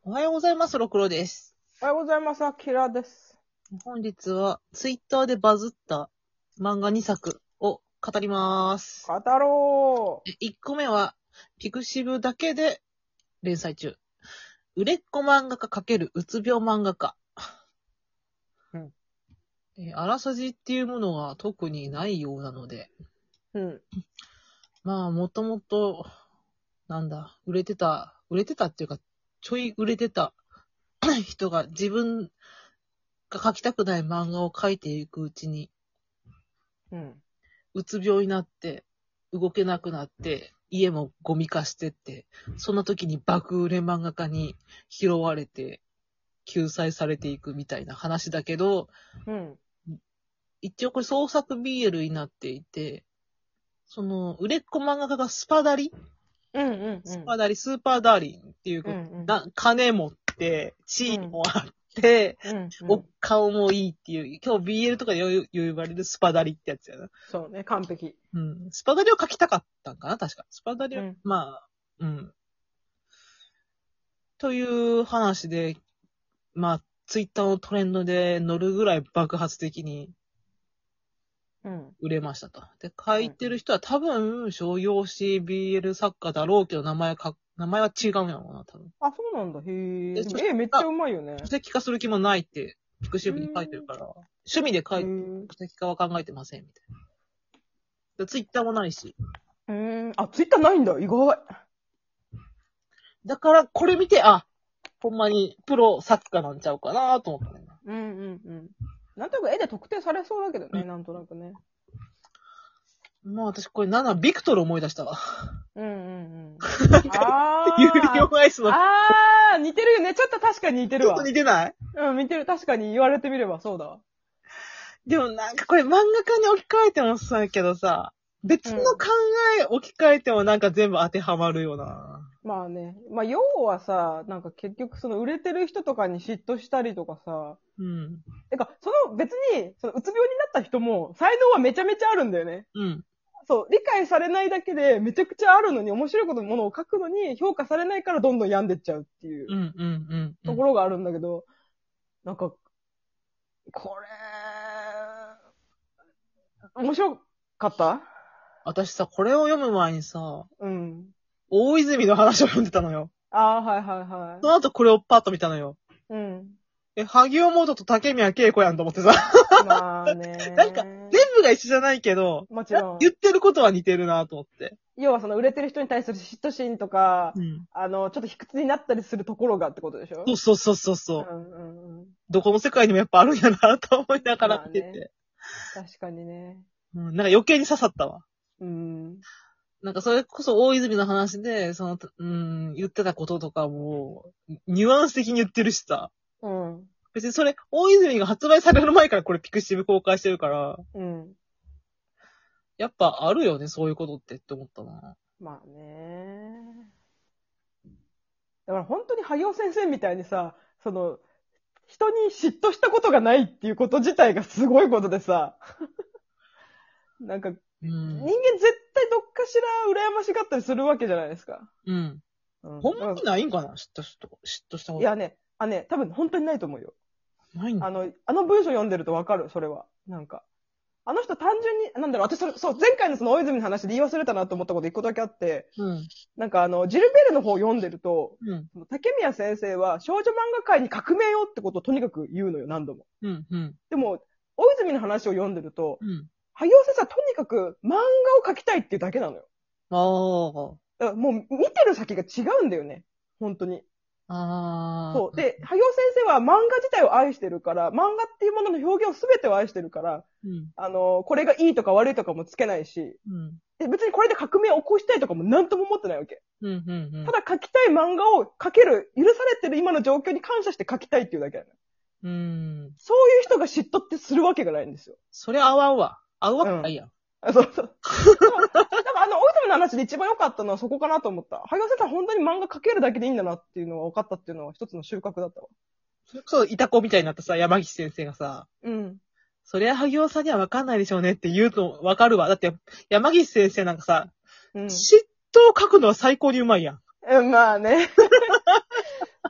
おはようございます、ろくろです。 おはようございます。あきらです。 本日はツイッターでバズった漫画2作を語ります。 語ろ 1個目は、ピクシブだけで連載中。売れっ子漫画家×うつ病漫画家。あらすじっていうものが特にないようなので。まあ、もともと、売れてたっていうか、ちょい売れてた人が自分が描きたくない漫画を描いていくうちに、うつ病になって、動けなくなって、家もゴミ化してって、そんな時に爆売れ漫画家に拾われて、救済されていくみたいな話だけど、一応これ創作 BL になっていて、その、売れっ子漫画家がスパダリ、スーパーダーリンっていう、金持って、地位もあって、顔もいいっていう、今日 BL とかで言われるスパダリってやつやな。 そうね、完璧。 スパダリを描きたかったんかな確か。スパダリを、という話で、ツイッターのトレンドで乗るぐらい爆発的に、売れましたと。で、書いてる人は多分、商用紙 BL 作家だろうけど、名前は違うんやろうな、多分。 あ、そうなんだ。へえ。でもめっちゃうまいよね。 書籍化する気もないって、ピクシブに書いてるから、趣味で書いて、書籍化は考えてません、みたいな。ツイッターもないし。 あ、ツイッターないんだ、意外。 だから、これ見て、ほんまにプロ作家なんちゃうかなと思ったね。 なんとなく絵で特定されそうだけどね、なんとなくね。 私これビクトル思い出したわ。有料アイスの。 似てるよね。ちょっと確かに似てるわ。 ちょっと似てない？ 似てる。確かに言われてみればそうだわ。 でもこれ漫画家に置き換えてもそうやけどさ、別の考え置き換えても全部当てはまるよな。 まあね。要はさ、結局その売れてる人とかに嫉妬したりとかさ。別に、そのうつ病になった人も才能はめちゃめちゃあるんだよね。そう、理解されないだけでめちゃくちゃあるのに、面白いものを書くのに評価されないからどんどん病んでっちゃうっていうところがあるんだけど、これ、面白かった？ 私さ、これを読む前にさ、大泉の話を読んでたのよ。 はい。 その後これをパッと見たのよ。萩尾元と竹宮恵子やんと思ってさ。 まあね。 全部が一緒じゃないけど、 もちろん。 言ってることは似てるなと思って。 要はその売れてる人に対する嫉妬心とか、ちょっと卑屈になったりするところがってことでしょ？ そう。どこの世界にもやっぱあるんやなと思いながら見てて。 確かにね。 余計に刺さったわ。それこそ大泉の話で、言ってたこととかも、ニュアンス的に言ってるしさ。別にそれ、大泉が発売される前からこれピクシブ公開してるから、やっぱあるよね、そういうことって思ったな。 まあね。だから本当に萩尾先生みたいにさ、人に嫉妬したことがないっていうこと自体がすごいことでさ、人間絶対どっかしら羨ましがったりするわけじゃないですか。 ほんまにないんかな？嫉妬したこと。 いやね、多分本当にないと思うよ。 ないんだ。 あの文章読んでるとわかる、それは。あの人単純に、私前回のその大泉の話で言い忘れたなと思ったこと一個だけあって、ジルベルの方読んでると、竹宮先生は少女漫画界に革命をってことをとにかく言うのよ、何度も。でも、大泉の話を読んでると、萩尾先生はとにかく漫画を描きたいっていうだけなのよ。だからもう見てる先が違うんだよね。本当に。そう。で、萩尾先生は漫画自体を愛してるから、漫画っていうものの表現を全てを愛してるから、これがいいとか悪いとかもつけないし、別にこれで革命を起こしたいとかも何とも思ってないわけ。ただ描きたい漫画を描ける、許されてる今の状況に感謝して描きたいっていうだけだね。そういう人が嫉妬ってするわけがないんですよ。 それ合わんわ。合うわけないやん。 そう。多分大泉の話で一番良かったのはそこかなと思った。萩尾先生は本当に漫画描けるだけでいいんだなっていうのが分かったっていうのは一つの収穫だったわ。 それこそ、いた子みたいになったさ、山岸先生がさ、そりゃ萩尾さんには分かんないでしょうねって言うと分かるわ。だって、山岸先生なんかさ、嫉妬を書くのは最高にうまいやん。 まあね。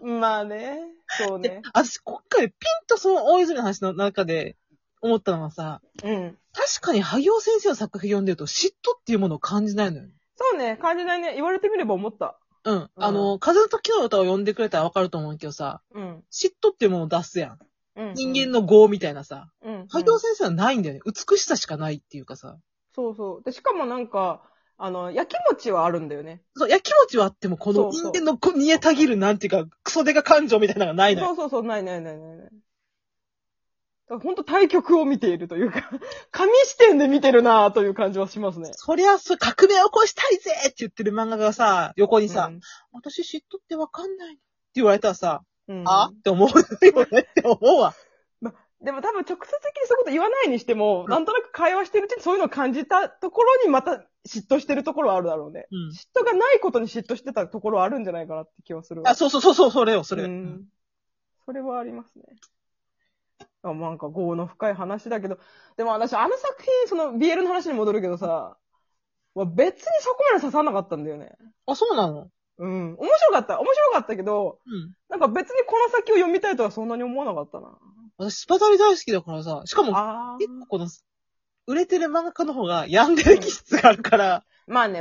まあね。そうね。 私、今回ピンとその大泉の話の中で思ったのはさ、 うん。 確かに萩尾先生の作品読んでると嫉妬っていうものを感じないのよ。 そうね。感じないね。言われてみれば思った。 うん。風の時の歌を読んでくれたらわかると思うけどさ、 うん。 嫉妬っていうものを出すやん。 うん。 人間の業みたいなさ。 うん。 萩尾先生はないんだよね。美しさしかないっていうかさ。 そうそう。で、しかもなんか、やきもちはあるんだよね。 そう、やきもちはあっても、この人間の煮えたぎるなんていうか、クソデカ感情みたいなのがないのよ。 そうそうそう、ないないないないない。本当対局を見ているというか、紙視点で見てるなぁという感じはしますね。 そりゃ、革命を起こしたいぜって言ってる漫画がさ、横にさ、 うん、 私嫉妬ってわかんないって言われたらさ、 うん、 って思うよねって思うわ。 でも多分直接的にそういうこと言わないにしても、なんとなく会話してるうちにそういうのを感じたところにまた嫉妬してるところはあるだろうね。 うん、 嫉妬がないことに嫉妬してたところはあるんじゃないかなって気はするわ。 そう、それよ、それ。 それはありますね。なんか、業の深い話だけど、でも私、あの作品、その、BL の話に戻るけどさ、別にそこまで刺さんなかったんだよね。 あ、そうなの？ うん。面白かったけど、なんか別にこの先を読みたいとはそんなに思わなかったな。 私、スパダリ大好きだからさ、しかも、結構この、売れてる漫画家の方が病んでる気質があるから、 まあね。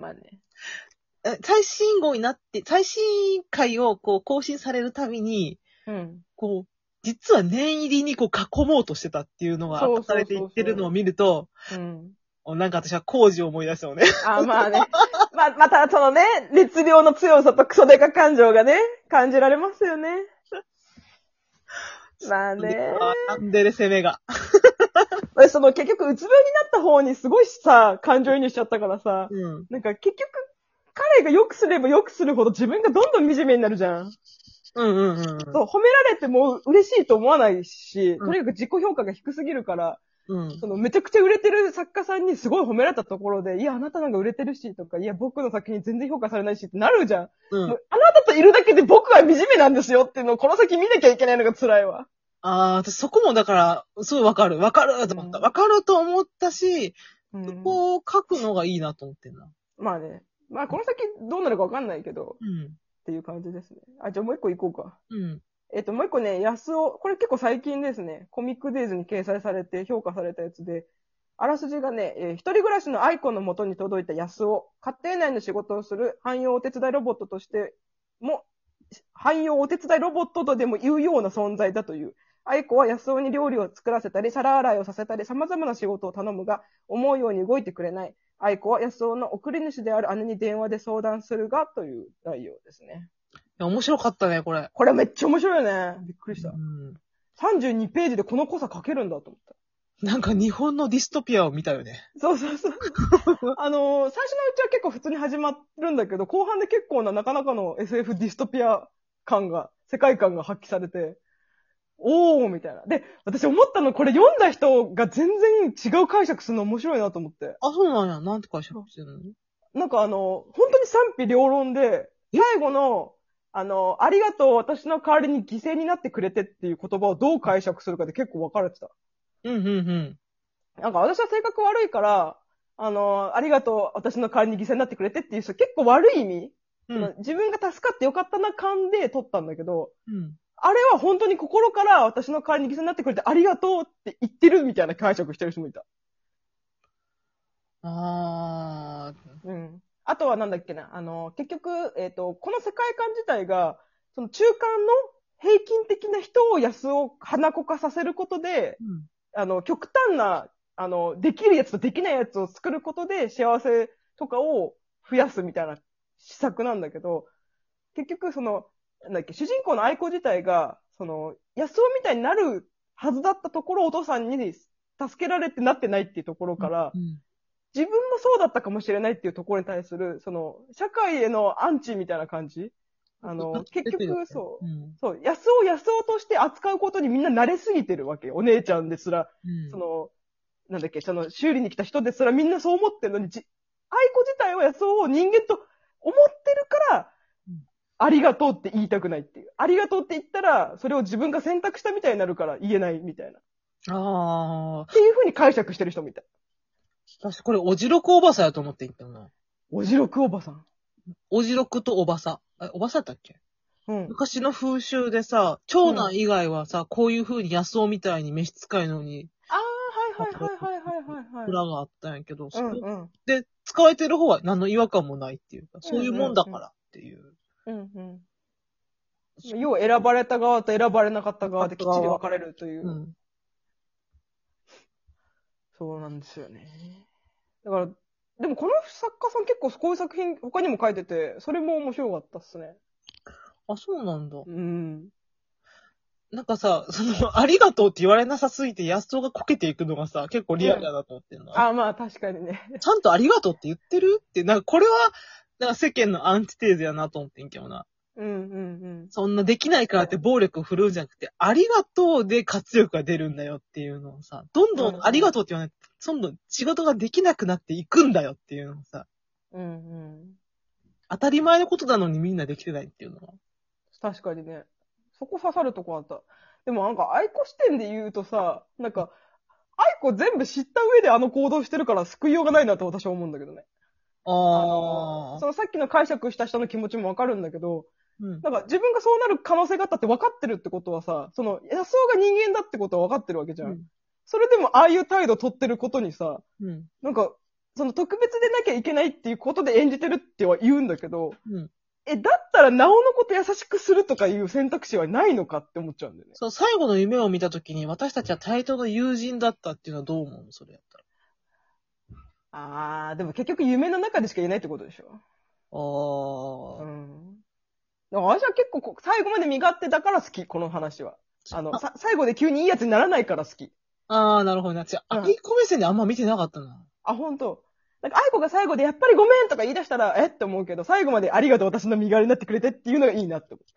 最新号になって、最新回をこう更新されるたびに、こう、実は念入りにこう囲もうとしてたっていうのが明かされていってるのを見ると、なんか私は工事を思い出したのね。 まあね。またそのね、律令の強さとクソデカ感情がね、感じられますよね。まあね。 アンデレ攻めが。 結局、うつ病になった方にすごいさ、感情移入しちゃったからさ、なんか結局、彼が良くすれば良くするほど自分がどんどん惨めになるじゃん。そう、褒められても嬉しいと思わないし、とにかく自己評価が低すぎるから、めちゃくちゃ売れてる作家さんにすごい褒められたところで、いや、あなたなんか売れてるし、とか、いや、僕の作品全然評価されないしってなるじゃん。あなたといるだけで僕は惨めなんですよっていうのをこの先見なきゃいけないのが辛いわ。 私そこもだから、すごいわかると思った。わかると思ったし、そこを書くのがいいなと思ってんな。 まあね。この先どうなるかわかんないけど、っていう感じですね。じゃあもう一個行こうか。もう一個ね、安尾、これ結構最近ですね、コミックデイズに掲載されて評価されたやつで、あらすじがね、一人暮らしの愛子の元に届いた安尾、家庭内の仕事をする汎用お手伝いロボットとしても、汎用お手伝いロボットとでも言うような存在だという。愛子は安尾に料理を作らせたり、皿洗いをさせたり、様々な仕事を頼むが、思うように動いてくれない。愛子は安尾の送り主である姉に電話で相談するが、という内容ですね。 いや、面白かったね、これ。 これめっちゃ面白いよね。びっくりした。32ページでこの濃さ書けるんだと思った。 なんか日本のディストピアを見たよね。 そう。最初のうちは結構普通に始まるんだけど、後半で結構なかなかの SF ディストピア世界観が発揮されて、おーみたいな。で、私思ったの、これ読んだ人が全然違う解釈するの面白いなと思って。 そうなんや。なんて解釈してるの？ なんか本当に賛否両論で、最後の、ありがとう、私の代わりに犠牲になってくれてっていう言葉をどう解釈するかで結構分かれてた。なんか私は性格悪いから、ありがとう、私の代わりに犠牲になってくれてっていう人結構悪い意味、自分が助かってよかったな感で取ったんだけど、あれは本当に心から私の代わりに犠牲になってくれてありがとうって言ってるみたいな解釈してる人もいた。あとはなんだっけな、結局、この世界観自体が、その中間の平均的な人を安を花子化させることで、極端な、できるやつとできないやつを作ることで幸せとかを増やすみたいな施策なんだけど、結局主人公の愛子自体が、安尾みたいになるはずだったところをお父さんに助けられてなってないっていうところから、自分もそうだったかもしれないっていうところに対する、社会へのアンチみたいな感じ。結局、そう、安尾として扱うことにみんな慣れすぎてるわけよ。お姉ちゃんですら、修理に来た人ですらみんなそう思ってるのに、愛子自体は安尾を人間と思ってるから、ありがとうって言いたくないっていう。ありがとうって言ったら、それを自分が選択したみたいになるから言えないみたいな。っていう風に解釈してる人みたい。 私これ、おじろくおばさやと思って言ったな。 おじろくおばさん。 おじろくとおばさ。おばさだったっけ？ うん。 昔の風習でさ、長男以外はさ、こういう風に安男みたいに召使いのに、 ああ、はいはいはいはいはいはい。 裏があったんやけど、 うんうん。 で、使われてる方は何の違和感もないっていうか、そういうもんだからっていう。 うんうん。要は選ばれた側と選ばれなかった側できっちり分かれるという。うん。そうなんですよね。だから、でもこの作家さん結構こういう作品他にも書いてて、それも面白かったっすね。 あ、そうなんだ。 うん。 なんかさ、ありがとうって言われなさすぎて、安男がこけていくのがさ、結構リアルだなと思ってんの。 あ、まあ確かにね。 ちゃんとありがとうって言ってるって、なんかこれは、なんか世間のアンチテーゼやなと思ってんけどな。 うんうんうん。 そんなできないからって暴力を振るうんじゃなくて、ありがとうで活力が出るんだよっていうのをさ、どんどんありがとうって言わないと、どんどん仕事ができなくなっていくんだよっていうのをさ、 うんうん。 当たり前のことなのにみんなできてないっていうのは。 確かにね。そこ刺さるとこあった。でもなんか、愛子視点で言うとさ、なんか、愛子全部知った上であの行動してるから救いようがないなって私は思うんだけどね。そのさっきの解釈した人の気持ちもわかるんだけど、なんか自分がそうなる可能性があったって分かってるってことはさ、その安男が人間だってことは分かってるわけじゃん。それでもああいう態度取ってることにさ、なんか、その特別でなきゃいけないっていうことで演じてるっては言うんだけど、だったらなおのこと優しくするとかいう選択肢はないのかって思っちゃうんだよね。 そう、最後の夢を見たときに私たちは対等の友人だったっていうのはどう思うそれやったら。 でも結局夢の中でしか言えないってことでしょ。だから私は結構最後まで身勝手だから好き、この話は。最後で急にいいやつにならないから好き。 なるほどな。愛子目線であんま見てなかったな。 本当。なんか愛子が最後でやっぱりごめんとか言い出したら、って思うけど、最後までありがとう私の身代わりになってくれてっていうのがいいなって思った。